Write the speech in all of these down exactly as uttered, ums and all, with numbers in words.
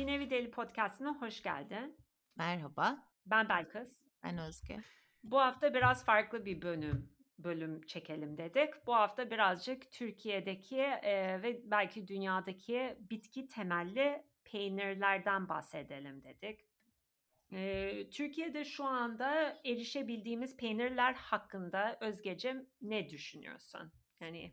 Bir Nevi Deli Podcast'ına hoş geldin. Merhaba, Ben Belkıs. ben Özge. Bu hafta biraz farklı bir bölüm bölüm çekelim dedik. Bu hafta birazcık Türkiye'deki e, ve belki dünyadaki bitki temelli peynirlerden bahsedelim dedik. E, Türkiye'de şu anda erişebildiğimiz peynirler hakkında Özgeciğim ne düşünüyorsun? Yani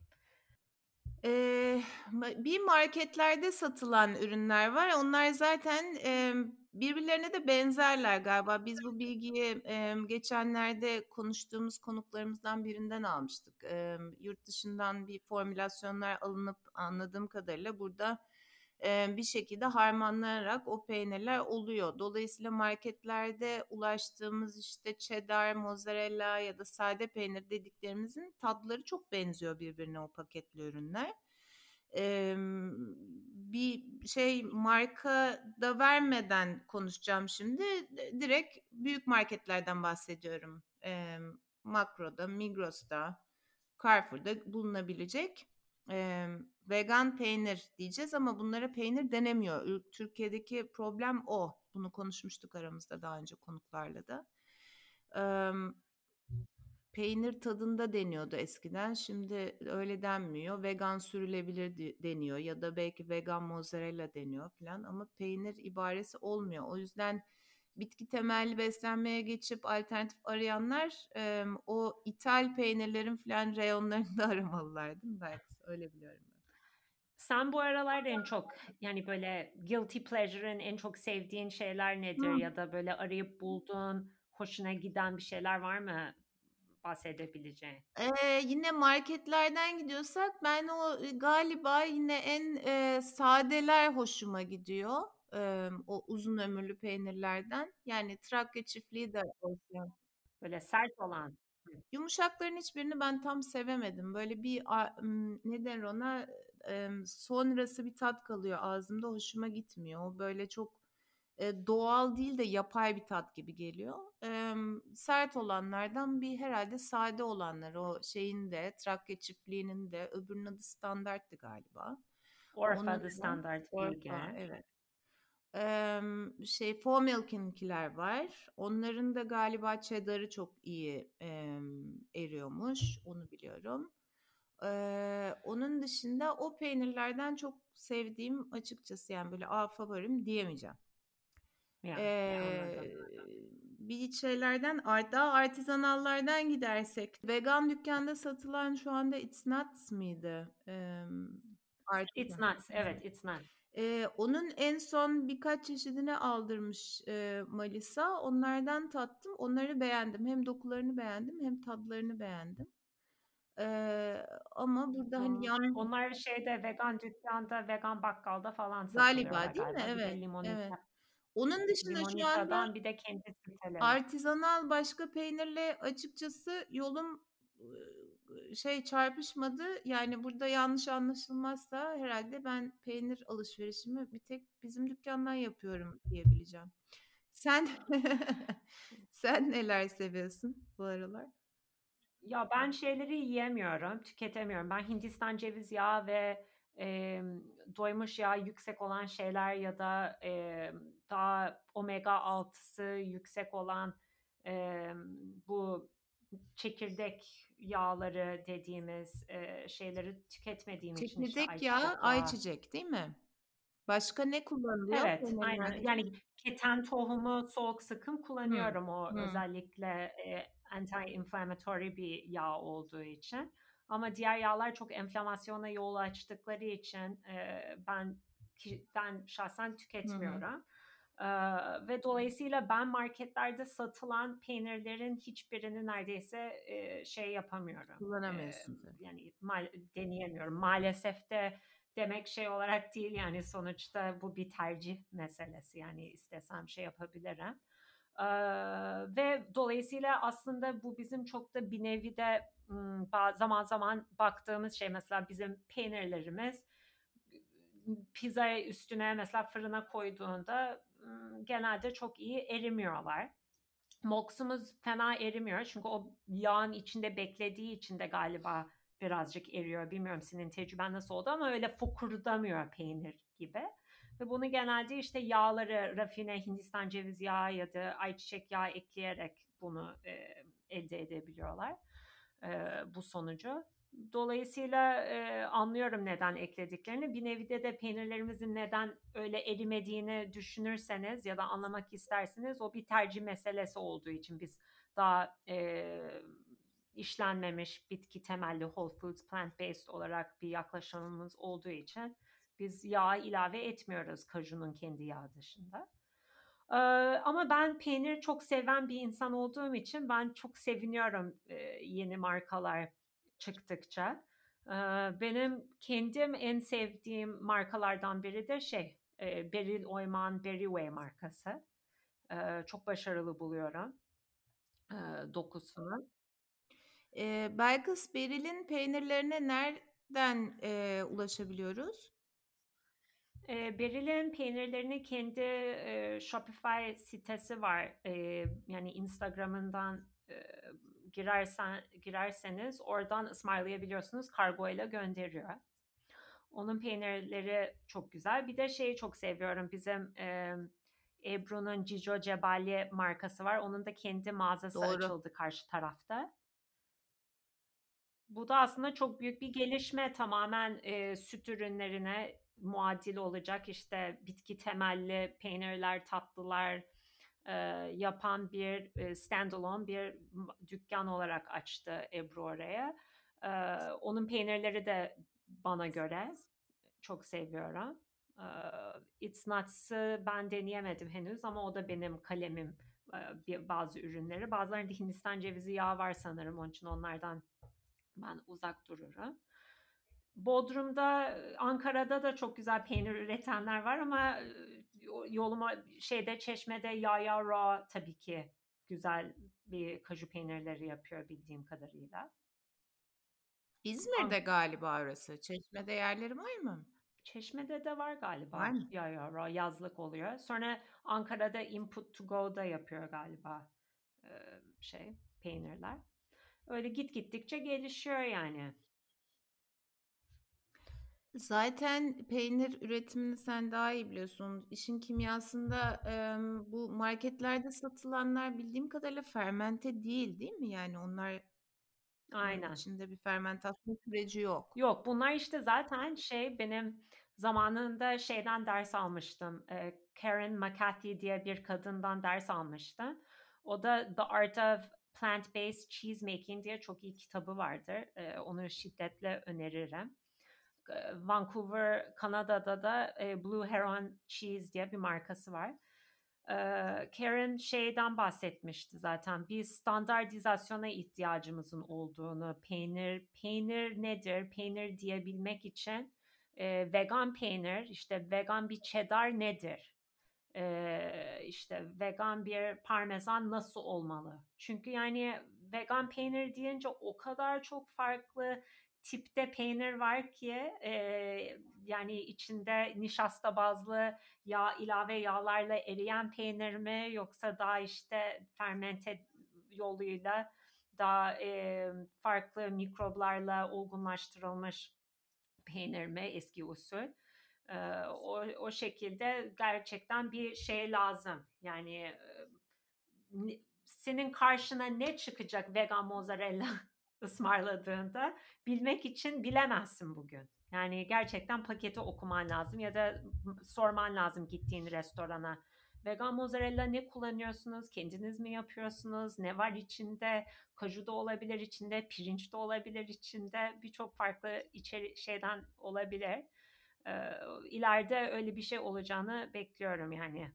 Ee, ma- bir marketlerde satılan ürünler var. Onlar zaten e, birbirlerine de benzerler galiba. Biz bu bilgiyi e, geçenlerde konuştuğumuz konuklarımızdan birinden almıştık. E, yurt dışından bir formülasyonlar alınıp anladığım kadarıyla burada e, bir şekilde harmanlanarak o peynirler oluyor. Dolayısıyla marketlerde ulaştığımız işte cheddar, mozzarella ya da sade peynir dediklerimizin tatları çok benziyor birbirine o paketli ürünler. Ee, bir şey marka da vermeden konuşacağım şimdi. Direkt büyük marketlerden bahsediyorum. Ee, Makro'da, Migros'ta, Carrefour'da bulunabilecek e, vegan peynir diyeceğiz ama bunlara peynir denemiyor. Türkiye'deki problem o. Bunu konuşmuştuk aramızda daha önce konuklarla da. Ee, Peynir tadında deniyordu eskiden. Şimdi öyle denmiyor. Vegan sürülebilir deniyor ya da belki vegan mozzarella deniyor falan ama peynir ibaresi olmuyor. O yüzden bitki temelli beslenmeye geçip alternatif arayanlar e, o ithal peynirlerin falan reyonlarında aramalılar değil mi? Belki öyle biliyorum ben. sen bu aralar en çok yani böyle guilty pleasure'ın en çok sevdiğin şeyler nedir Hı. ya da böyle arayıp bulduğun hoşuna giden bir şeyler var mı bahsedebileceğin? Ee, yine marketlerden gidiyorsak ben o e, galiba yine en e, sadeler hoşuma gidiyor. Ee, o uzun ömürlü peynirlerden. Yani Trakya çiftliği de olsun. Böyle sert olan. Hı. Yumuşakların hiçbirini ben tam sevemedim. Böyle bir a- m, ne denir ona Em, sonrası bir tat kalıyor ağzımda hoşuma gitmiyor. O böyle çok e, doğal değil de yapay bir tat gibi geliyor. Em, sert olanlardan bir herhalde sade olanlar o şeyin de Trakya çiftliğinin de öbürünün adı standarttı galiba. Onun Orfa'da da standart Orfa bilge. evet. Em, şey Faux Milk'inkiler var. Onların da galiba cheddar'ı çok iyi em, eriyormuş. Onu biliyorum. Ee, onun dışında o peynirlerden çok sevdiğim açıkçası yani böyle a favorim diyemeyeceğim. Ya, ya Ee, anladım. bir şeylerden art- daha artizanallardan gidersek vegan dükkanda satılan şu anda It's Nuts mıydı? Ee, It's artizan. nuts. Evet, it's nuts. Ee, onun en son birkaç çeşidini aldırmış e, Malisa. Onlardan tattım. Onları beğendim. Hem dokularını beğendim hem tadlarını beğendim. Ee, ama burada hani Onlar, yan onlar şeyde vegan dükkanda, vegan bakkalda falan satılıyorlar galiba değil mi? galiba. Bir de Evet, evet. limonita, Onun dışında şu anda limonitadan bir de kendi siteleri. artizanal başka peynirle açıkçası yolum ıı, şey çarpışmadı. Yani burada yanlış anlaşılmazsa herhalde ben peynir alışverişimi bir tek bizim dükkandan yapıyorum diyebileceğim. Sen sen neler seviyorsun bu aralar? Ya ben şeyleri yiyemiyorum, tüketemiyorum. Ben Hindistan ceviz yağı ve e, doymuş yağı yüksek olan şeyler ya da e, daha omega altısı yüksek olan e, bu çekirdek yağları dediğimiz e, şeyleri tüketmediğim için işte Çekirdek yağı ayçiçek yağı. ayçiçek değil mi? Başka ne kullanılıyor Evet, aynen. peynirlerde? Yani keten tohumu soğuk sıkım Hı, kullanıyorum o hı, özellikle e, anti-inflammatory bir yağ olduğu için. Ama diğer yağlar çok enflamasyona yol açtıkları için e, ben ki- ben şahsen hı hı. tüketmiyorum. E, ve dolayısıyla ben marketlerde satılan peynirlerin hiçbirini neredeyse e, şey yapamıyorum. E, Kullanamıyorsun tabii. yani mal- deneyemiyorum. Maalesef de demek şey olarak değil yani sonuçta bu bir tercih meselesi yani istesem şey yapabilirim. Ee, ve dolayısıyla aslında bu bizim çok da bir nevi de zaman zaman baktığımız şey mesela bizim peynirlerimiz pizzaya üstüne mesela fırına koyduğunda genelde çok iyi erimiyorlar. Moksumuz fena erimiyor çünkü o yağın içinde beklediği için de galiba birazcık eriyor. Bilmiyorum senin tecrüben nasıl oldu ama öyle fokurdamıyor peynir gibi. Ve bunu genelde işte yağları, rafine Hindistan cevizi yağı ya da ayçiçek yağı ekleyerek bunu e, elde edebiliyorlar e, bu sonucu. Dolayısıyla e, anlıyorum neden eklediklerini. Bir nevi de peynirlerimizin neden öyle erimediğini düşünürseniz ya da anlamak isterseniz o bir tercih meselesi olduğu için biz daha e, işlenmemiş bitki temelli whole foods plant based olarak bir yaklaşımımız olduğu için biz yağ ilave etmiyoruz kajunun kendi yağı dışında. Ee, ama ben peynir çok seven bir insan olduğum için ben çok seviniyorum e, yeni markalar çıktıkça. Ee, benim kendim en sevdiğim markalardan biri de şey e, Beril Oyman Berry markası. Ee, çok başarılı buluyorum e, dokusunu. Ee, Belkıs Beril'in peynirlerine nereden e, ulaşabiliyoruz? E, Beril'in peynirlerini kendi e, Shopify sitesi var. E, yani Instagram'ından e, girersen girerseniz oradan ısmarlayabiliyorsunuz. Kargo ile gönderiyor. Onun peynirleri çok güzel. Bir de şeyi çok seviyorum. Bizim e, Ebru'nun Cico Cebali markası var. Onun da kendi mağazası Doğru. açıldı karşı tarafta. Bu da aslında çok büyük bir gelişme. Tamamen e, süt ürünlerine muadil olacak işte bitki temelli peynirler, tatlılar e, yapan bir e, standalone bir dükkan olarak açtı Ebru oraya. E, onun peynirleri de bana göre çok seviyorum. E, It's Nuts'ı ben deneyemedim henüz ama o da benim kalemim e, bazı ürünleri. Bazılarında Hindistan cevizi yağı var sanırım onun için onlardan ben uzak dururum. Bodrum'da, Ankara'da da çok güzel peynir üretenler var ama yoluma şeyde Çeşme'de Yaya Raw tabii ki güzel bir kaju peynirleri yapıyor bildiğim kadarıyla. İzmir'de An- galiba orası. Çeşme'de yerleri var mı? Çeşme'de de var Var galiba mı? Yaya Raw yazlık oluyor. Sonra Ankara'da Input to Go'da yapıyor galiba e, şey peynirler. Öyle git gittikçe gelişiyor yani. Zaten peynir üretimini sen daha iyi biliyorsun. İşin kimyasında em, bu marketlerde satılanlar bildiğim kadarıyla fermente değil, değil mi? Yani onların Aynen. içinde bir fermentasyon süreci yok. Yok, bunlar işte zaten şey benim zamanında şeyden ders almıştım. Ee, Karen McCarthy diye bir kadından ders almıştım. O da The Art of Plant-Based Cheesemaking diye çok iyi kitabı vardır. Ee, onu şiddetle öneririm. Ee, Vancouver, Kanada'da da e, Blue Heron Cheese diye bir markası var. Ee, Karen şeyden bahsetmişti zaten. Bir standartizasyona ihtiyacımızın olduğunu, peynir, peynir nedir, peynir diyebilmek için e, vegan peynir, işte vegan bir cheddar nedir? Ee, işte vegan bir parmesan nasıl olmalı? Çünkü yani vegan peynir deyince o kadar çok farklı tipte peynir var ki e, yani içinde nişasta bazlı yağ ilave yağlarla eriyen peynir mi yoksa daha işte fermente yoluyla daha e, farklı mikroblarla olgunlaştırılmış peynir mi eski usul? Ee, o, o şekilde gerçekten bir şey lazım. Yani e, senin karşına ne çıkacak vegan mozzarella ısmarladığında bilmek için bilemezsin bugün. Yani gerçekten paketi okuman lazım ya da sorman lazım gittiğin restorana. Vegan mozzarella ne kullanıyorsunuz? Kendiniz mi yapıyorsunuz? Ne var içinde? Kaju da olabilir içinde, pirinç de olabilir içinde. Birçok farklı içeri şeyden olabilir. Ee, ileride öyle bir şey olacağını bekliyorum yani.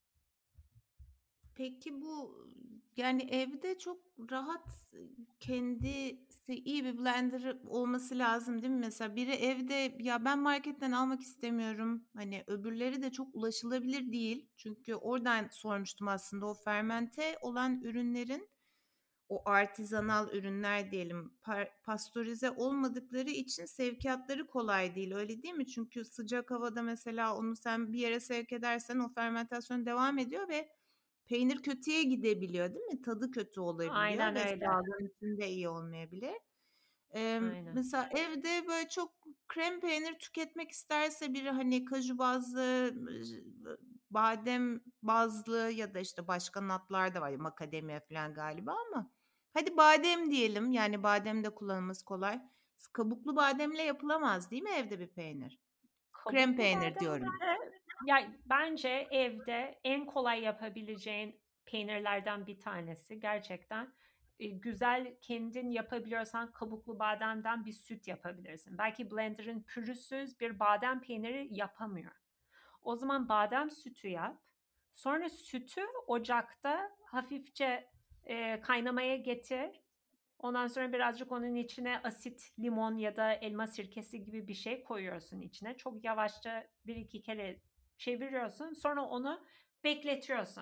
Peki bu yani evde çok rahat kendisi iyi bir blender olması lazım değil mi? Mesela biri evde ya ben marketten almak istemiyorum. Hani öbürleri de çok ulaşılabilir değil. Çünkü oradan sormuştum aslında o fermente olan ürünlerin o artizanal ürünler diyelim par- pastörize olmadıkları için sevkiyatları kolay değil öyle değil mi? Çünkü sıcak havada mesela onu sen bir yere sevk edersen o fermentasyon devam ediyor ve peynir kötüye gidebiliyor değil mi? Tadı kötü olabiliyor Aynen ve öyle. sağlığın için de iyi olmayabilir. Emm, Aynen. mesela evde böyle çok krem peynir tüketmek isterse biri, hani, kaju bazlı, badem bazlı ya da, işte, başka nut'lar da var, macadamia falan galiba ama hadi badem diyelim, yani badem de kullanılması kolay. Kabuklu bademle yapılamaz değil mi evde bir peynir? Krem Kabuklu peynir bademle diyorum. de ya, bence evde en kolay yapabileceğin peynirlerden bir tanesi gerçekten, eee, güzel kendin yapabiliyorsan kabuklu bademden bir süt yapabilirsin. Belki blenderın pürüzsüz bir badem peyniri yapamıyor. O zaman badem sütü yap. Sonra sütü ocakta hafifçe, eee, kaynamaya getir. Ondan sonra birazcık onun içine asit, limon ya da elma sirkesi gibi bir şey koyuyorsun içine. Çok yavaşça bir iki kere çeviriyorsun. Sonra onu bekletiyorsun.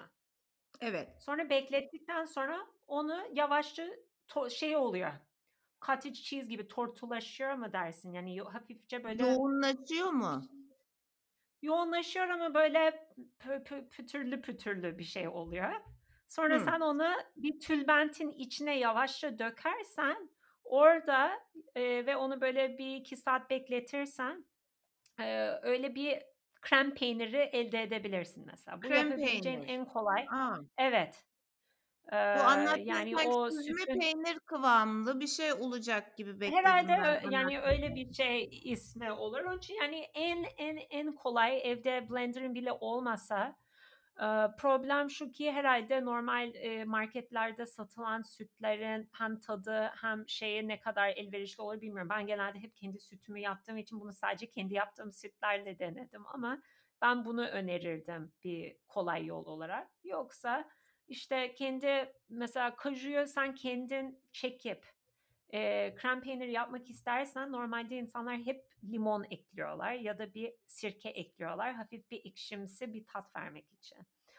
Evet. Sonra beklettikten sonra onu yavaşça to şey oluyor, cottage cheese gibi tortulaşıyor mu dersin? Yani hafifçe böyle Yoğunlaşıyor mu? yoğunlaşıyor ama böyle pö pö pütürlü pütürlü bir şey oluyor. Sonra Hıı. sen onu bir tülbentin içine yavaşça dökersen orada, eee, ve onu böyle bir iki saat bekletirsen, eee, öyle bir krem peyniri elde edebilirsin mesela. Bu Krem yapabileceğin peynir. en kolay. A! Evet. Eee, Bu anlattığın yani sanki o süzme sütün peynir kıvamlı bir şey olacak gibi herhâlde bekledim ben ö yani öyle anlattıkça. bir şey ismi olur. Onun için yani en en en kolay evde blenderın bile olmasa, eee, problem şu ki herhâlde normal, eee, marketlerde satılan sütlerin hem tadı hem şeyi ne kadar elverişli olur bilmiyorum. Ben genelde hep kendi sütümü yaptığım için bunu sadece kendi yaptığım sütlerle denedim ama ben bunu önerirdim bir kolay yol olarak. Yoksa, işte, kendi mesela kajuyu sen kendin çekip Eee, krem peyniri yapmak istersen normalde insanlar hep limon ekliyorlar ya da bir sirke ekliyorlar hafif bir ekşimsi bir tat vermek için.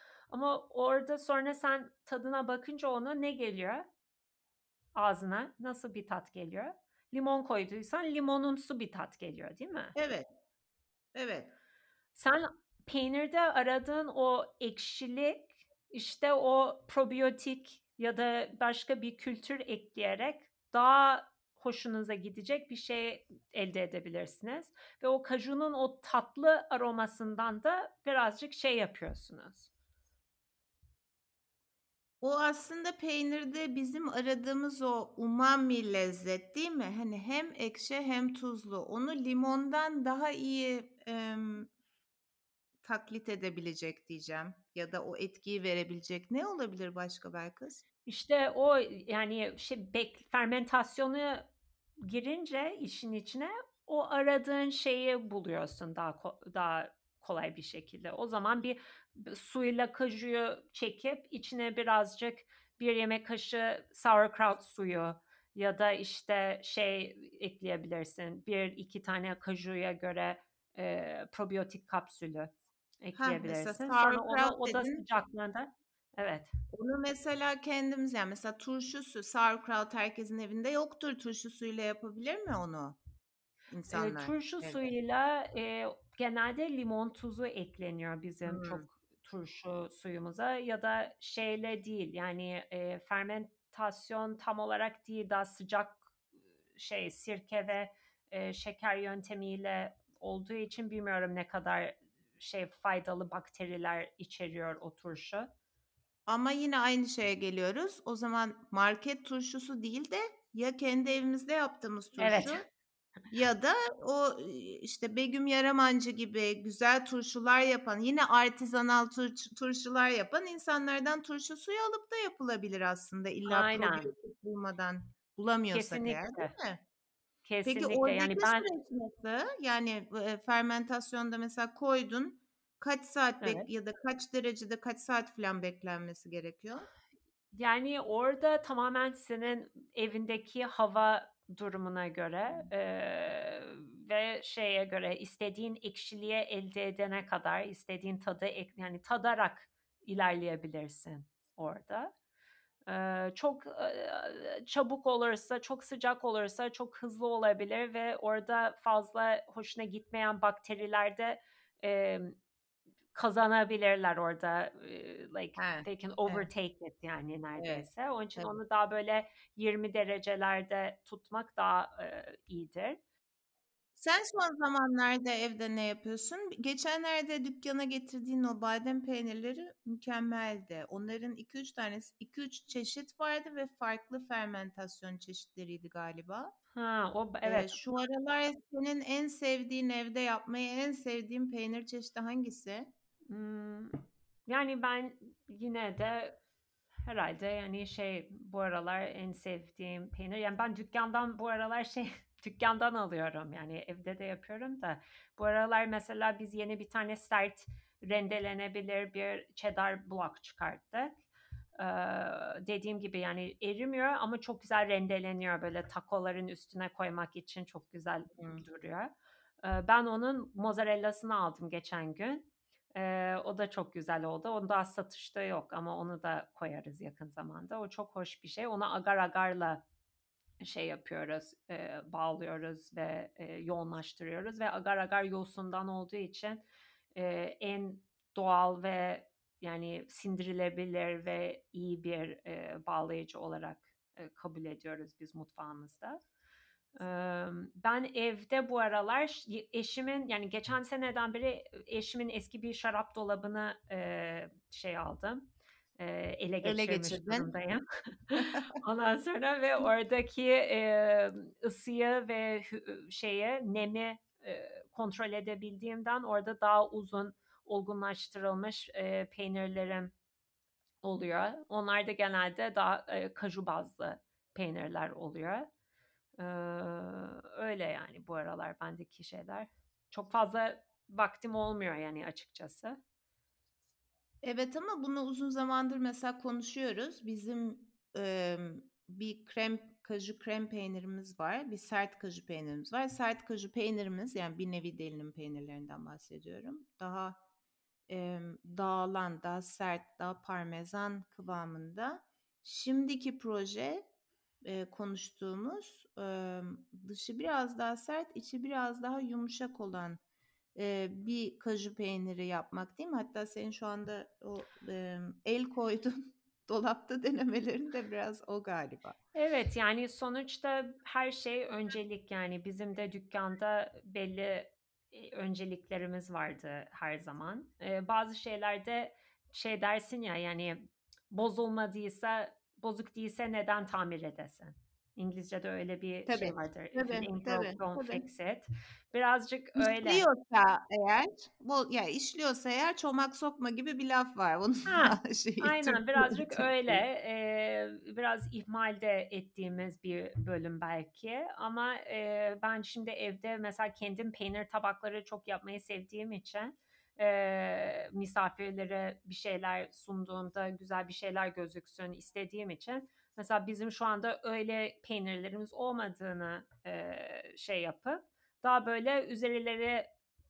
Ama orada sonra sen tadına bakınca ona ne geliyor ağzına? Nasıl bir tat geliyor? Limon koyduysan limonumsu bir tat geliyor, değil mi? Evet, evet. Sen peynirde aradığın o ekşilik, işte o probiyotik ya da başka bir kültür ekleyerek daha hoşunuza gidecek bir şey elde edebilirsiniz ve o kajunun o tatlı aromasından da birazcık şey yapıyorsunuz. O aslında peynirde bizim aradığımız o umami lezzet değil mi? Hani hem ekşi hem tuzlu. Onu limondan daha iyi, emm, taklit edebilecek diyeceğim ya da o etkiyi verebilecek ne olabilir başka Belkıs? İşte o, yani, şey, bek fermentasyonu girince işin içine o aradığın şeyi buluyorsun daha ko daha kolay bir şekilde. O zaman bir b suyla kajuyu çekip içine birazcık bir yemek kaşığı sauerkraut suyu ya da, işte, şey ekleyebilirsin, bir iki tane kajuya göre, eee, probiyotik kapsülü Hah, mesela ekleyebilirsin. Sonra onu sauerkraut oda dedin. sıcaklığında. Evet. Onu mesela kendimiz yani mesela turşu su sauerkraut herkesin evinde yoktur. Turşu suyuyla yapabilir mi onu Eee, insanlar turşu evde? suyuyla, eee, genelde limon tuzu ekleniyor bizim Hımm. çok turşu suyumuza ya da şeyle değil, yani, eee, fermentasyon tam olarak değil, daha sıcak, şey, sirke ve, eee, şeker yöntemiyle olduğu için bilmiyorum ne kadar şey, faydalı bakteriler içeriyor o turşu. Ama yine aynı şeye geliyoruz. O zaman market turşusu değil de ya kendi evimizde yaptığımız Evet, turşu ya da o, eee, işte, Begüm Yaramancı gibi güzel turşular yapan, yine artizanal turç turşular yapan insanlardan turşu suyu alıp da yapılabilir aslında illa aynen. probiyotik bulmadan bulamıyorsak eğer, Kesinlikle, değil mi? Peki kesinlikle. oradaki Yani ben süreç nasıl? Yani, eee, fermentasyonda mesela koydun, kaç saat bek Evet. ya da kaç derecede kaç saat filan beklenmesi gerekiyor? Yani, orada tamamen senin evindeki hava durumuna göre, eee, ve şeye göre, istediğin ekşiliği elde edene kadar, istediğin tadı ek yani, tadarak ilerleyebilirsin orada. Eee, çok, eee, çabuk olursa, çok sıcak olursa çok hızlı olabilir ve orada fazla hoşuna gitmeyen bakteriler de, emm kazanabilirler orada. Eee, like He, they can evet, overtake it yani evet, neredeyse. Onun için tabii. onu daha böyle yirmi derecelerde tutmak daha, eee, iyidir. Sen son zamanlarda evde ne yapıyorsun? Geçenlerde dükkana getirdiğin o badem peynirleri mükemmeldi. Onların iki üç tanesi iki üç çeşit vardı ve farklı fermentasyon çeşitleriydi galiba. Ha, o b Eee, evet. şu aralar senin en sevdiğin, evde yapmayı en sevdiğin peynir çeşidi hangisi? Imm, yani ben yine de herhâlde yani şey bu aralar en sevdiğim peynir yani ben dükkândan bu aralar şey dükkândan alıyorum yani evde de yapıyorum da bu aralar mesela biz yeni bir tane sert rendelenebilir bir cheddar block çıkarttık. Eee, dediğim gibi yani erimiyor ama çok güzel rendeleniyor böyle takoların üstüne koymak için çok güzel Hımm. duruyor. Eee, ben onun mozzarellas'ını aldım geçen gün. Eee, o da çok güzel oldu. O daha satışta yok ama onu da koyarız yakın zamanda. O çok hoş bir şey. Onu agar agarla şey yapıyoruz, eee, bağlıyoruz ve, eee, yoğunlaştırıyoruz ve agar agar yosundan olduğu için, eee, en doğal ve yani sindirilebilir ve iyi bir, eee, bağlayıcı olarak, eee, kabul ediyoruz biz mutfağımızda. Emm, ben evde bu aralar ş eşimin yani geçen seneden beri eşimin eski bir şarap dolabını, eee, şey aldım, eee, ele Ele geçirmiş geçirdin. durumdayım. Ondan sonra ve oradaki, emm, ısıyı ve hü şeyi, nemi, eee, kontrol edebildiğimden orada daha uzun olgunlaştırılmış, eee, peynirlerim oluyor. Onlar da genelde daha, eee, kaju bazlı peynirler oluyor. Eee, öyle yani bu aralar bendeki şeyler. Çok fazla vaktim olmuyor yani açıkçası. Evet ama bunu uzun zamandır mesela konuşuyoruz. Bizim, emm, bir krem kaju krem peynirimiz var. Bir sert kaju peynirimiz var. Sert kaju peynirimiz, yani bir nevi Delhi'nin peynirlerinden bahsediyorum. Daha, emm, dağılan, daha sert, daha parmesan kıvamında. Şimdiki proje, eee, konuştuğumuz, emm, dışı biraz daha sert, içi biraz daha yumuşak olan Eee, bir kaju peyniri yapmak, değil mi? Hatta senin şu anda o, emm, el koyduğun dolapta denemelerin de biraz o galiba. Evet, yani sonuçta her şey öncelik yani bizim de dükkânda belli, eee, önceliklerimiz vardı her zaman. Eee, bazı şeylerde şey dersin ya yani bozulmadıysa, bozuk değilse neden tamir edesin? İngilizce'de öyle bir şey Tabii, vardır. If it tabii, ain't broke, tabii, don't tabii. fix it. Birazcık öyle. İşliyorsa eğer, bu ya, işliyorsa eğer çomak sokma gibi bir laf var. Bunun Ha, da şeyi aynen Türkçe birazcık öyle. Türkçe. Eee, biraz ihmal de ettiğimiz bir bölüm belki ama, eee, ben şimdi evde mesela kendim peynir tabakları çok yapmayı sevdiğim için, eee, misafirlere bir şeyler sunduğumda güzel bir şeyler gözüksün istediğim için mesela bizim şu anda öyle peynirlerimiz olmadığını, eee, şey yapıp daha böyle üzerileri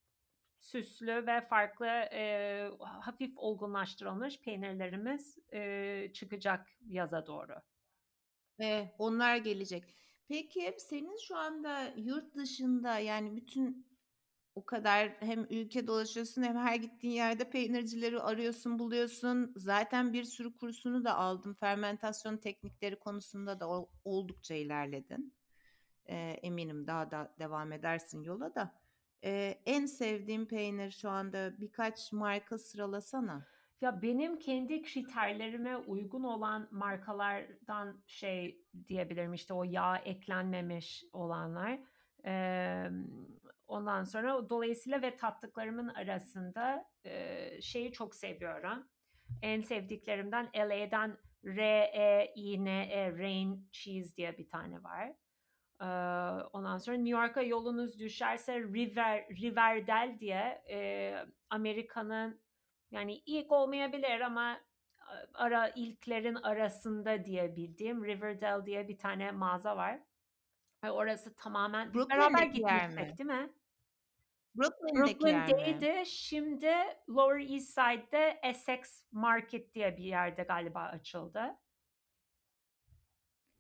süslü ve farklı, eee, hafif olgunlaştırılmış peynirlerimiz, eee, çıkacak yaza doğru. Eee, onlar gelecek. Peki, senin şu anda yurt dışında, yani bütün o kadar hem ülke dolaşıyorsun hem her gittiğin yerde peynircileri arıyorsun, buluyorsun. Zaten bir sürü kursunu da aldın. Fermentasyon teknikleri konusunda da o oldukça ilerledin. Eee, eminim daha da devam edersin yola da. Eee, en sevdiğin peynir şu anda birkaç marka sıralasana. Ya, benim kendi kriterlerime uygun olan markalardan şey diyebilirim, işte, o yağ eklenmemiş olanlar. Emm, ondan sonra dolayısıyla ve tattıklarımın arasında, eee, şeyi çok seviyorum. En sevdiklerimden L A'dan R E I N E, Rain Cheese diye bir tane var. Eee, ondan sonra New York'a yolunuz düşerse River Riverdale diye, eee, Amerika'nın yani ilk olmayabilir ama ara ilklerin arasında diye bildiğim Riverdale diye bir tane mağaza var ve orası tamamen biz beraber Brooklyn'deki yer gitmiştik, mi? değil mi? Brooklyn'deki yer mi? Brooklyn'deydi. Şimdi Lower East Side'de Essex Market diye bir yerde galiba açıldı.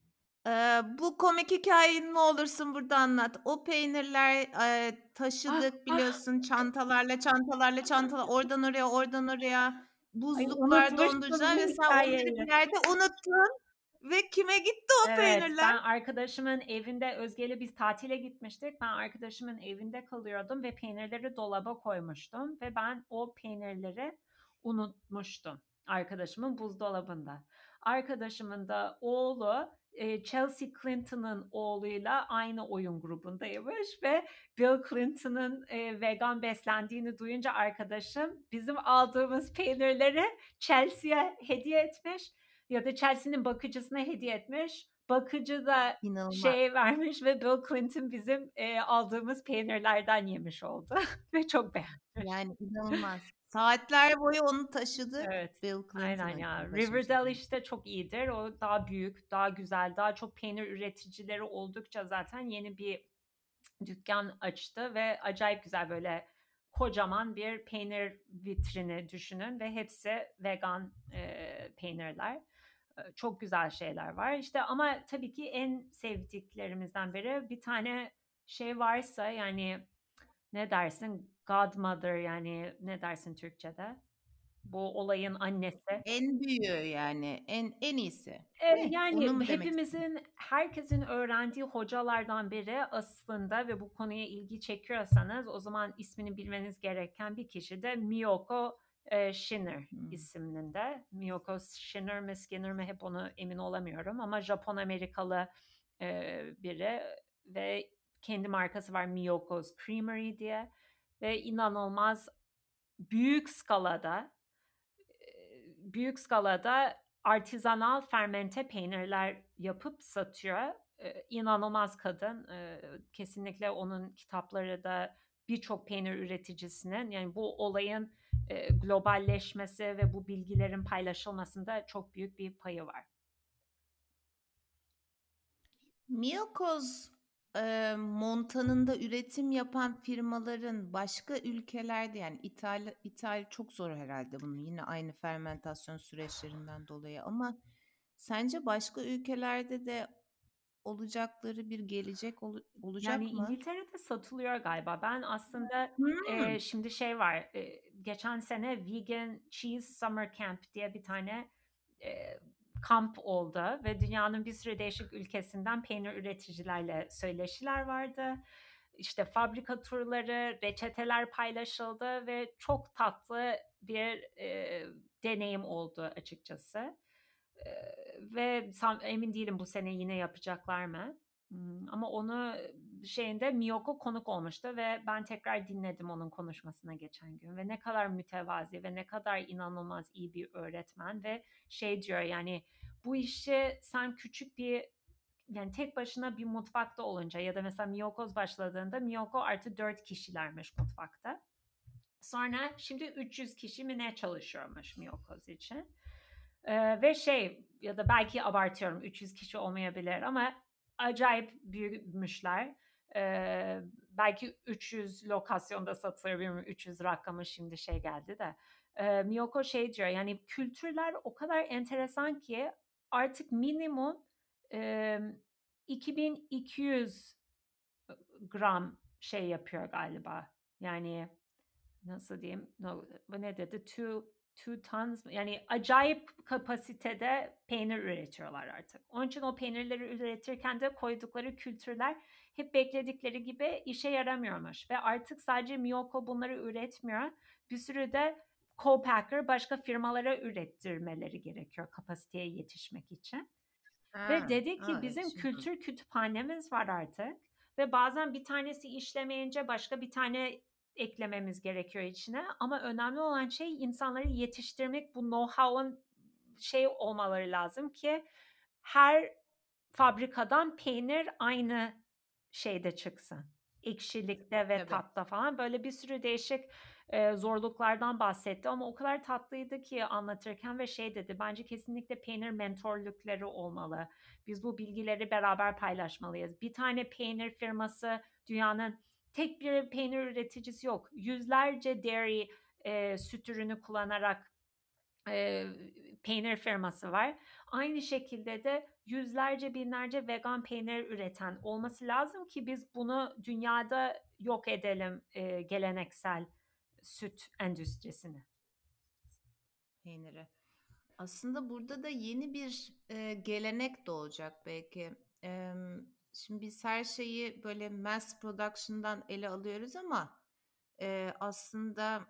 Eee, bu komik hikâyeyi ne olursun burada anlat. O peynirler, eee, Ah, taşıdık ah! biliyorsun çantalarla, çantalarla, çantalar oradan oraya, oradan oraya, Ay, buzluklar, unutmuştum dondurucular bu ve sen onları hikâyeyi. bir yerde unuttun ve kime gitti o Evet, peynirler? ben arkadaşımın evinde Özge'yle biz tatile gitmiştik. Ben arkadaşımın evinde kalıyordum ve peynirleri dolaba koymuştum ve ben o peynirleri unutmuştum arkadaşımın buzdolabında. Arkadaşımın da oğlu, eee, Chelsea Clinton'ın oğluyla aynı oyun grubundaymış ve Bill Clinton'ın, eee, vegan beslendiğini duyunca arkadaşım bizim aldığımız peynirleri Chelsea'ye hediye etmiş ya da Chelsea'nin bakıcısına hediye etmiş. Bakıcı da İnanılmaz. şey vermiş ve Bill Clinton bizim, eee, aldığımız peynirlerden yemiş oldu ve çok beğenmiş. Yani inanılmaz. Saatler boyu onu taşıdık. Evet, Bill aynen Clinton'ın ya. ulaşım Riverdale işte çok iyidir. O daha büyük, daha güzel, daha çok peynir üreticileri oldukça zaten yeni bir dükkan açtı ve acayip güzel böyle kocaman bir peynir vitrini düşünün ve hepsi vegan, eee, peynirler. Eee, çok güzel şeyler var. İşte ama tabii ki en sevdiklerimizden biri bir tane şey varsa yani ne dersin? Godmother yani ne dersin Türkçe'de? Bu olayın annesi. en büyüğü yani en en iyisi. Eee, Mi? Onu yani mu demek istedin? hepimizin, herkesin öğrendiği hocalardan biri aslında ve bu konuya ilgi çekiyorsanız o zaman ismini bilmeniz gereken bir kişi de Miyoko, eee, Shiner Hımm. isminde. Miyoko Shiner mi Skinner mi hep onu emin olamıyorum ama Japon Amerikalı, eee, biri ve kendi markası var Miyoko's Creamery diye ve inanılmaz büyük skalada eee, büyük skalada artizanal fermente peynirler yapıp satıyor. Eee, inanılmaz kadın. Eee, kesinlikle onun kitapları da birçok peynir üreticisinin yani bu olayın, eee, globalleşmesi ve bu bilgilerin paylaşılmasında çok büyük bir payı var. Miyokoz, eee, montanında üretim yapan firmaların başka ülkelerde yani ithal ithal çok zor herhalde bunun yine aynı fermentasyon süreçlerinden dolayı ama sence başka ülkelerde de olacakları bir gelecek olu Yani olacak mı? İngiltere'de satılıyor galiba. Ben aslında, eee, Hımm. şimdi şey var, eee, geçen sene Vegan Cheese Summer Camp diye bir tane, eee, kamp oldu ve dünyanın bir sürü değişik ülkesinden peynir üreticilerle söyleşiler vardı. İşte fabrika turları, reçeteler paylaşıldı ve çok tatlı bir, eee, deneyim oldu açıkçası. Eee, ve san emin değilim bu sene yine yapacaklar mı? Imm, ama onu şeyinde Miyoko konuk olmuştu ve ben tekrar dinledim onun konuşmasını geçen gün ve ne kadar mütevazi ve ne kadar inanılmaz iyi bir öğretmen ve şey diyor yani bu işi sen küçük bir yani tek başına bir mutfakta olunca ya da mesela Miyoko's başladığında Miyoko artı dört kişilermiş mutfakta. Sonra şimdi üç yüz kişi mi ne çalışıyormuş Miyoko's için. Ee, ve şey ya da belki abartıyorum üç yüz kişi olmayabilir ama acayip büyümüşler. Ee, belki üç yüz lokasyonda satılır bilmiyorum. üç yüz rakamı şimdi şey geldi de. Ee, Miyoko şey diyor yani kültürler o kadar enteresan ki artık minimum e, iki bin iki yüz gram şey yapıyor galiba. Yani nasıl diyeyim? No, bu ne dedi? Two, two tons yani acayip kapasitede peynir üretiyorlar artık. Onun için o peynirleri üretirken de koydukları kültürler hep bekledikleri gibi işe yaramıyormuş. Ve artık sadece Miyoko bunları üretmiyor. Bir sürü de co-packer başka firmalara ürettirmeleri gerekiyor kapasiteye yetişmek için. Ve Ha, dedi ki a, evet, bizim şimdi kültür kütüphanemiz var artık ve bazen bir tanesi işlemeyince başka bir tane eklememiz gerekiyor içine. Ama önemli olan şey insanları yetiştirmek, bu know-how'un şey olmaları lazım ki her fabrikadan peynir aynı şeyde çıksın. Ekşilikte ve tabii. tatta falan böyle bir sürü değişik e, zorluklardan bahsetti ama o kadar tatlıydı ki anlatırken ve şey dedi bence kesinlikle peynir mentorlukları olmalı. Biz bu bilgileri beraber paylaşmalıyız. Bir tane peynir firması dünyanın tek bir peynir üreticisi yok. Yüzlerce dairy e, süt ürünü kullanarak e, peynir firması var. Aynı şekilde de yüzlerce binlerce vegan peynir üreten olması lazım ki biz bunu dünyada yok edelim e, geleneksel süt endüstrisini. Peyniri. Aslında burada da yeni bir e, gelenek doğacak belki. E, Şimdi biz her şeyi böyle mass production'dan ele alıyoruz ama e, aslında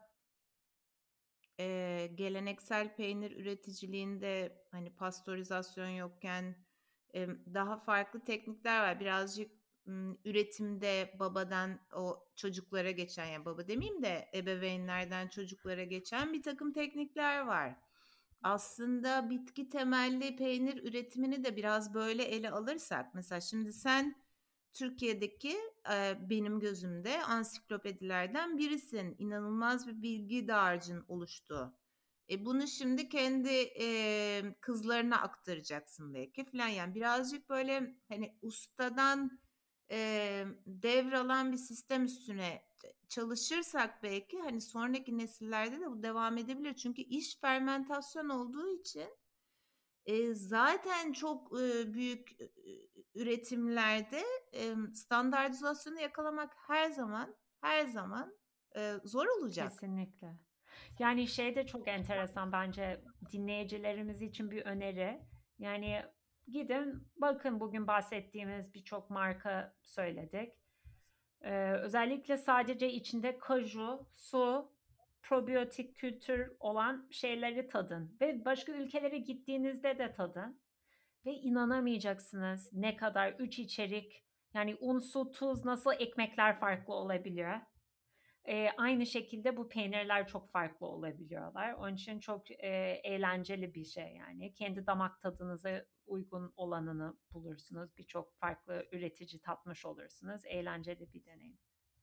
e, geleneksel peynir üreticiliğinde hani pastörizasyon yokken e, daha farklı teknikler var. Birazcık m, üretimde babadan o çocuklara geçen, yani baba demeyeyim de ebeveynlerden çocuklara geçen bir takım teknikler var. Aslında bitki temelli peynir üretimini de biraz böyle ele alırsak, mesela şimdi sen Türkiye'deki e, benim gözümde ansiklopedilerden birisin. İnanılmaz bir bilgi dağarcığın oluştu. E, bunu şimdi kendi e, kızlarına aktaracaksın belki falan. Yani birazcık böyle hani ustadan e, devralan bir sistem üstüne çalışırsak belki hani sonraki nesillerde de bu devam edebilir. Çünkü iş fermentasyon olduğu için e, zaten çok e, büyük e, üretimlerde e, standartizasyonu yakalamak her zaman her zaman e, zor olacak. Kesinlikle. Yani şey de çok enteresan bence dinleyicilerimiz için bir öneri. Yani gidin bakın bugün bahsettiğimiz birçok marka söyledik. Ee, özellikle sadece içinde kaju, su, probiyotik kültür olan şeyleri tadın. Ve başka ülkelere gittiğinizde de tadın. Ve inanamayacaksınız ne kadar üç içerik yani un, su, tuz nasıl ekmekler farklı olabiliyor. Ee, aynı şekilde bu peynirler çok farklı olabiliyorlar. Onun için çok e, eğlenceli bir şey yani. Kendi damak tadınıza uygun olanını bulursunuz. Birçok farklı üretici tatmış olursunuz. Eğlenceli bir deneyim.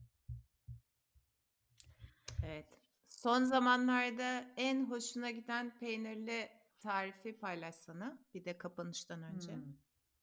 Evet. Son zamanlarda en hoşuna giden peynirli tarifi paylaşsana. Bir de kapanıştan önce. Hmm.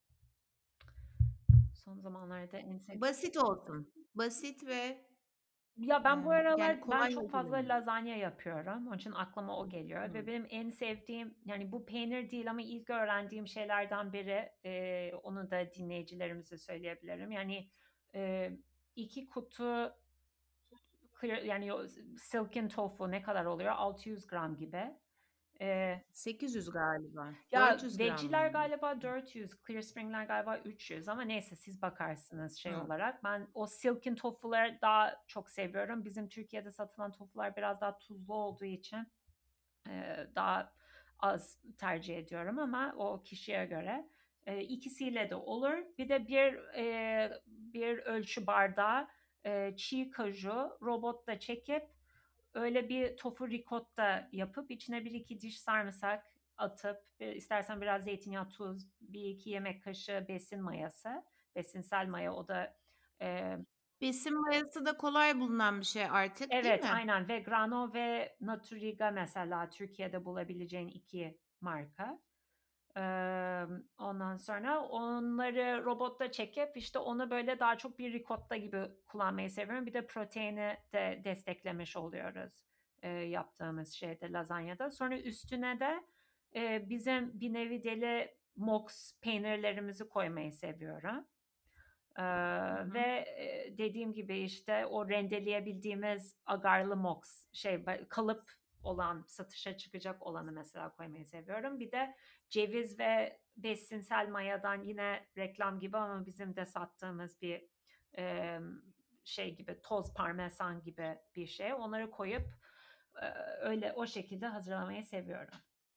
Son zamanlarda en sevdiğim... Basit olsun. Basit ve Ya e, ben bu yani aralar ben kolay çok fazla hazırlanıyor. lazanya yapıyorum. Onun için aklıma o geliyor. Ve Hmm. benim en sevdiğim yani bu peynir değil ama ilk öğrendiğim şeylerden biri e, onu da dinleyicilerimize söyleyebilirim. Yani e, iki kutu clear, yani o silken tofu ne kadar oluyor? altı yüz gram gibi. E, sekiz yüz galiba. Ya dört yüz gram veggiler mı? galiba dört yüz, Clear Spring'ler galiba üç yüz ama neyse siz bakarsınız şey Hı. olarak. Ben o silken tofuları daha çok seviyorum. Bizim Türkiye'de satılan tofular biraz daha tuzlu olduğu için e, daha az tercih ediyorum ama o kişiye göre. E, ikisiyle de olur. Bir de bir e, bir ölçü bardağı e, çiğ kaju robotta çekip öyle bir tofu ricotta yapıp içine bir iki diş sarımsak atıp e, istersen biraz zeytinyağı, tuz, bir iki yemek kaşığı besin mayası, besinsel maya o da e, Besin mayası da kolay bulunan bir şey artık, değil evet mi? aynen ve Grano ve Naturiga mesela Türkiye'de bulabileceğin iki marka. Ee, ondan sonra onları robotta çekip işte onu böyle daha çok bir ricotta gibi kullanmayı seviyorum. Bir de proteini de desteklemiş oluyoruz e, yaptığımız şeyde lazanyada. Sonra üstüne de e, bizim bir nevi deli mox peynirlerimizi koymayı seviyorum. Ee, Hı hı. ve e, dediğim gibi işte o rendeleyebildiğimiz agarlı mox şey kalıp olan satışa çıkacak olanı mesela koymayı seviyorum. Bir de ceviz ve besinsel mayadan yine reklam gibi ama bizim de sattığımız bir e, şey gibi toz parmesan gibi bir şey. Onları koyup e, öyle o şekilde hazırlamayı seviyorum.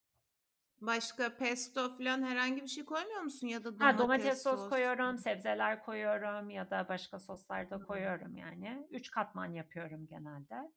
Başka pesto falan herhangi bir şey koymuyor musun? Ya da Ha domates domates sos sos. koyuyorum, sebzeler koyuyorum ya da başka soslar da koyuyorum yani. Üç katman yapıyorum genelde.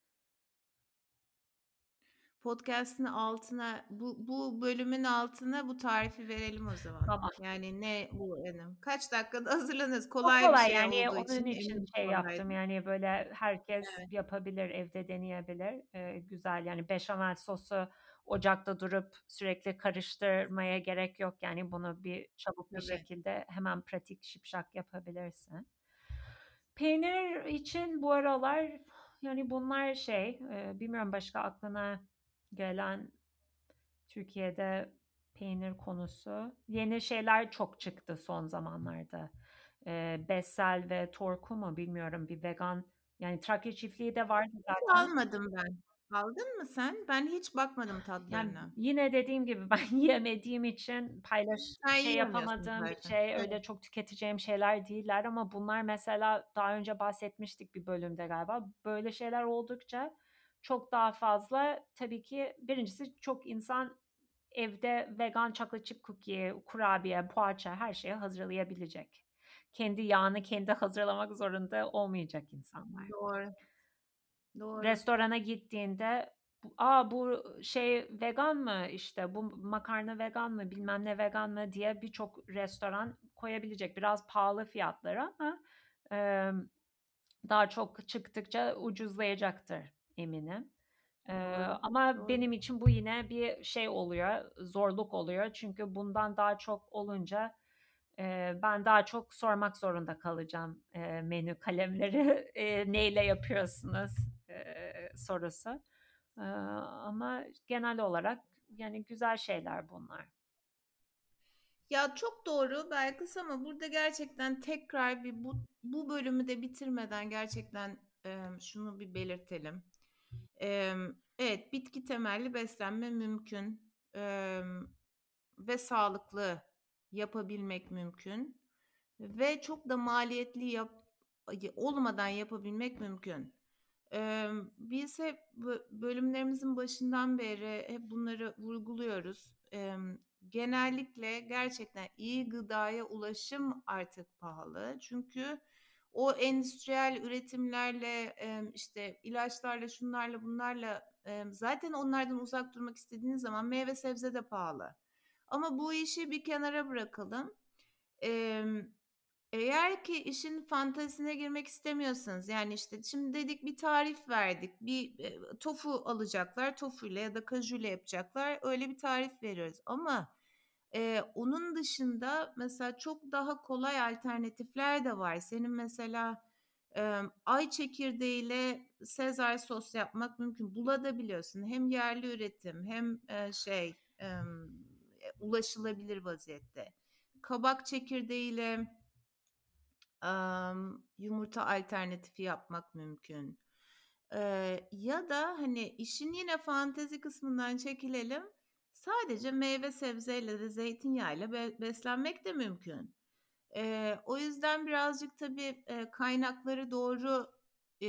Podcast'ın altına bu, bu bölümün altına bu tarifi verelim o zaman. Tamam. Yani ne bu benim? Kaç dakikada hazırlanırız. Çok Kolay bir kolay şey yani olduğu onun için için eminim şey yaptım kolaydı. yani böyle herkes Evet, yapabilir, evde deneyebilir. Ee, güzel yani beşamel sosu ocakta durup sürekli karıştırmaya gerek yok. Yani bunu bir çabuk bir tabii. şekilde hemen pratik şipşak yapabilirsin. Peynir için bu aralar yani bunlar şey e, bilmiyorum başka aklına gelen Türkiye'de peynir konusu. Yeni şeyler çok çıktı son zamanlarda. Ee, Bessel ve Torku mu bilmiyorum, bir vegan, yani Trakya çiftliği de vardı Hiç zaten. almadım ben. Aldın mı sen? Ben hiç bakmadım Yani tatlarına. yine dediğim gibi ben yiyemediğim için paylaş Sen şey yiyemiyorsun yapamadığım bir zaten. şey, öyle Evet. çok tüketeceğim şeyler değiller ama bunlar mesela daha önce bahsetmiştik bir bölümde galiba. Böyle şeyler oldukça çok daha fazla, tabii ki birincisi çok insan evde vegan chocolate chip cookie, kurabiye, poğaça her şeyi hazırlayabilecek. Kendi yağını kendi hazırlamak zorunda olmayacak insanlar. Doğru. Doğru. Restorana gittiğinde aa bu şey vegan mı, işte bu makarna vegan mı, bilmem ne vegan mı diye birçok restoran koyabilecek. Biraz pahalı fiyatları ama e, daha çok çıktıkça ucuzlayacaktır eminim. Ee, Doğru. ama Doğru. benim için bu yine bir şey oluyor, zorluk oluyor. Çünkü bundan daha çok olunca e, ben daha çok sormak zorunda kalacağım e, menü kalemleri e, neyle yapıyorsunuz e, sorusu. E, ama genel olarak yani güzel şeyler bunlar. Ya çok doğru Belkıs ama burada gerçekten tekrar bir bu bu bölümü de bitirmeden gerçekten e, şunu bir belirtelim. E, evet, bitki temelli beslenme mümkün e, ve sağlıklı yapabilmek mümkün ve çok da maliyetli yap olmadan yapabilmek mümkün. Ee, biz hep bölümlerimizin başından beri hep bunları vurguluyoruz. Ee, genellikle gerçekten iyi gıdaya ulaşım artık pahalı. Çünkü o endüstriyel üretimlerle, işte ilaçlarla, şunlarla, bunlarla zaten onlardan uzak durmak istediğiniz zaman meyve sebze de pahalı. Ama bu işi bir kenara bırakalım. Ee, eğer ki işin fantezisine girmek istemiyorsanız, yani işte şimdi dedik, bir tarif verdik, bir e, tofu alacaklar, tofuyla ya da kajuyla yapacaklar, öyle bir tarif veriyoruz ama e, onun dışında mesela çok daha kolay alternatifler de var. Senin mesela e, ay çekirdeğiyle Sezar sos yapmak mümkün, bulabiliyorsun, hem yerli üretim hem e, şey e, ulaşılabilir vaziyette. Kabak çekirdeğiyle Am, yumurta alternatifi yapmak mümkün. Ee, ya da hani işin yine fantezi kısmından çekilelim. Sadece meyve sebzeyle ve zeytinyağıyla be- beslenmek de mümkün. Ee, o yüzden birazcık tabii e, kaynakları doğru e,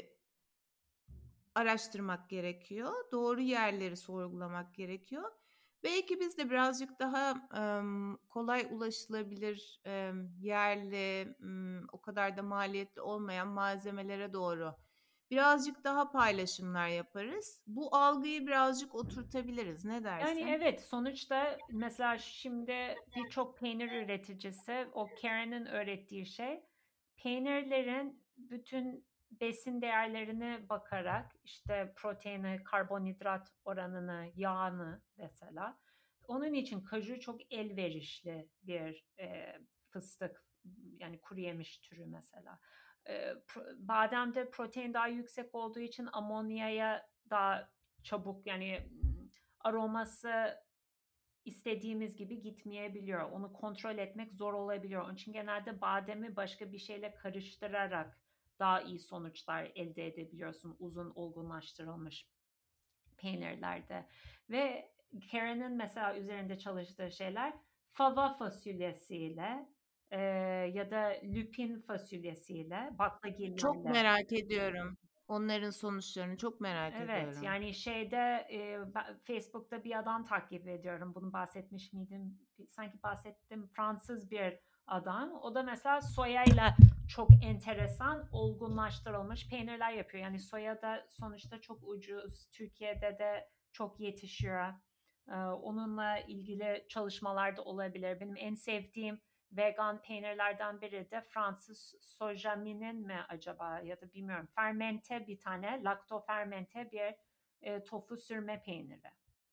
araştırmak gerekiyor. Doğru yerleri sorgulamak gerekiyor. Belki biz de birazcık daha em, kolay ulaşılabilir, em, yerli, em, o kadar da maliyetli olmayan malzemelere doğru birazcık daha paylaşımlar yaparız. Bu algıyı birazcık oturtabiliriz. Ne Yani dersin? evet, sonuçta mesela şimdi birçok peynir üreticisi o Karen'in öğrettiği şey, peynirlerin bütün besin değerlerine bakarak işte proteini, karbonhidrat oranını, yağını mesela. Onun için kaju çok elverişli bir e, fıstık, yani kuru yemiş türü mesela. E, pro- bademde protein daha yüksek olduğu için amonyaya daha çabuk, yani aroması istediğimiz gibi gitmeyebiliyor. Onu kontrol etmek zor olabiliyor. Onun için genelde bademi başka bir şeyle karıştırarak daha iyi sonuçlar elde edebiliyorsun uzun olgunlaştırılmış peynirlerde. Ve Karen'in mesela üzerinde çalıştığı şeyler fava fasulyesiyle e, ya da lupin fasulyesiyle, Çok baklagillerle. merak ediyorum. Onların sonuçlarını çok merak Evet, ediyorum. yani şeyde e, ben Facebook'ta bir adam takip ediyorum. Bunu bahsetmiş miydim? Sanki bahsettim. Fransız bir adam. O da mesela soyayla çok enteresan olgunlaştırılmış peynirler yapıyor. Yani soya da sonuçta çok ucuz. Türkiye'de de çok yetişiyor. Ee, onunla ilgili çalışmalar da olabilir. Benim en sevdiğim vegan peynirlerden biri de Fransız sojaminin mi acaba, ya da bilmiyorum. Fermente bir tane, lakto fermente bir e, tofu sürme peyniri.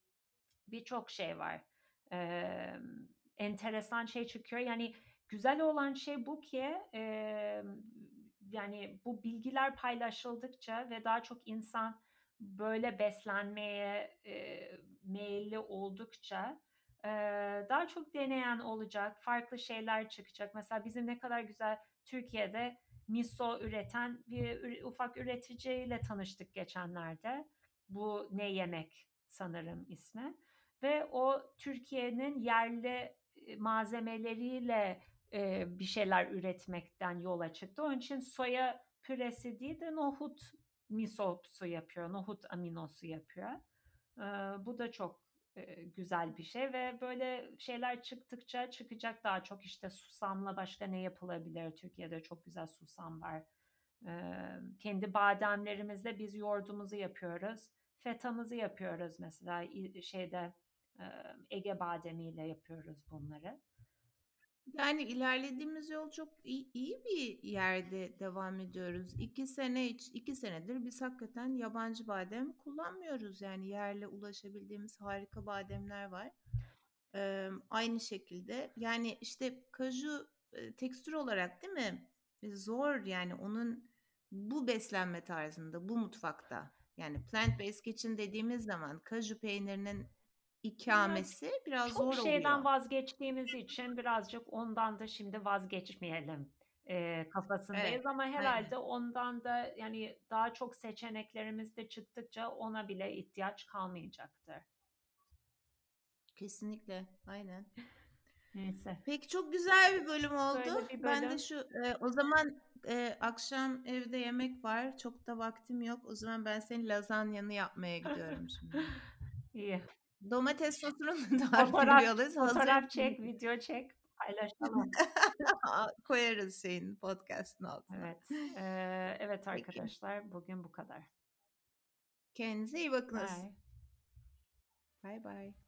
Birçok şey var. Ee, enteresan şey çıkıyor. Yani güzel olan şey bu ki e, yani bu bilgiler paylaşıldıkça ve daha çok insan böyle beslenmeye e, meyilli oldukça e, daha çok deneyen olacak, farklı şeyler çıkacak. Mesela bizim ne kadar güzel Türkiye'de miso üreten bir ufak üreticiyle tanıştık geçenlerde. Bu Ne Yemek sanırım ismi. Ve o Türkiye'nin yerli malzemeleriyle e, bir şeyler üretmekten yola çıktı. Onun için soya püresi değil de nohut misosu yapıyor, nohut aminosu yapıyor. Ee, bu da çok e, güzel bir şey ve böyle şeyler çıktıkça çıkacak daha çok. İşte susamla başka ne yapılabilir? Türkiye'de çok güzel susam var. Ee, kendi bademlerimizle biz yoğurdumuzu yapıyoruz. Fetamızı yapıyoruz mesela şeyde e, Ege bademiyle yapıyoruz bunları. Yani ilerlediğimiz yol çok iyi, iyi bir yerde devam ediyoruz. İki sene iç, iki senedir biz hakikaten yabancı badem kullanmıyoruz. Yani yerle ulaşabildiğimiz harika bademler var. Ee, aynı şekilde yani işte kaju e, tekstür olarak değil mi? E, Zor yani onun bu beslenme tarzında, bu mutfakta. Yani plant-based kitchen dediğimiz zaman kaju peynirinin Ya ikamesi biraz çok zor oluyor. şeyden vazgeçtiğimiz için birazcık ondan da şimdi vazgeçmeyelim e, Evet, kafasındayız ama aynen. herhalde ondan da yani daha çok seçeneklerimiz de çıktıkça ona bile ihtiyaç kalmayacaktır. Kesinlikle, aynen. Neyse. Peki çok güzel bir bölüm oldu. Böyle bir Ben de bölüm. şu e, o zaman e, akşam evde yemek var. Çok da vaktim yok. O zaman ben senin lazanyanı yapmaya gidiyorum şimdi. İyi. Domates sosunun tarifini bir Fotoğraf alırız. Hazır fotoğraf çek, video çek, paylaşalım. koyarız şeyin podcast'ın altına. Evet. Ee, evet Peki. arkadaşlar bugün bu kadar. Kendinize iyi bakınız. Bye. Bye bye.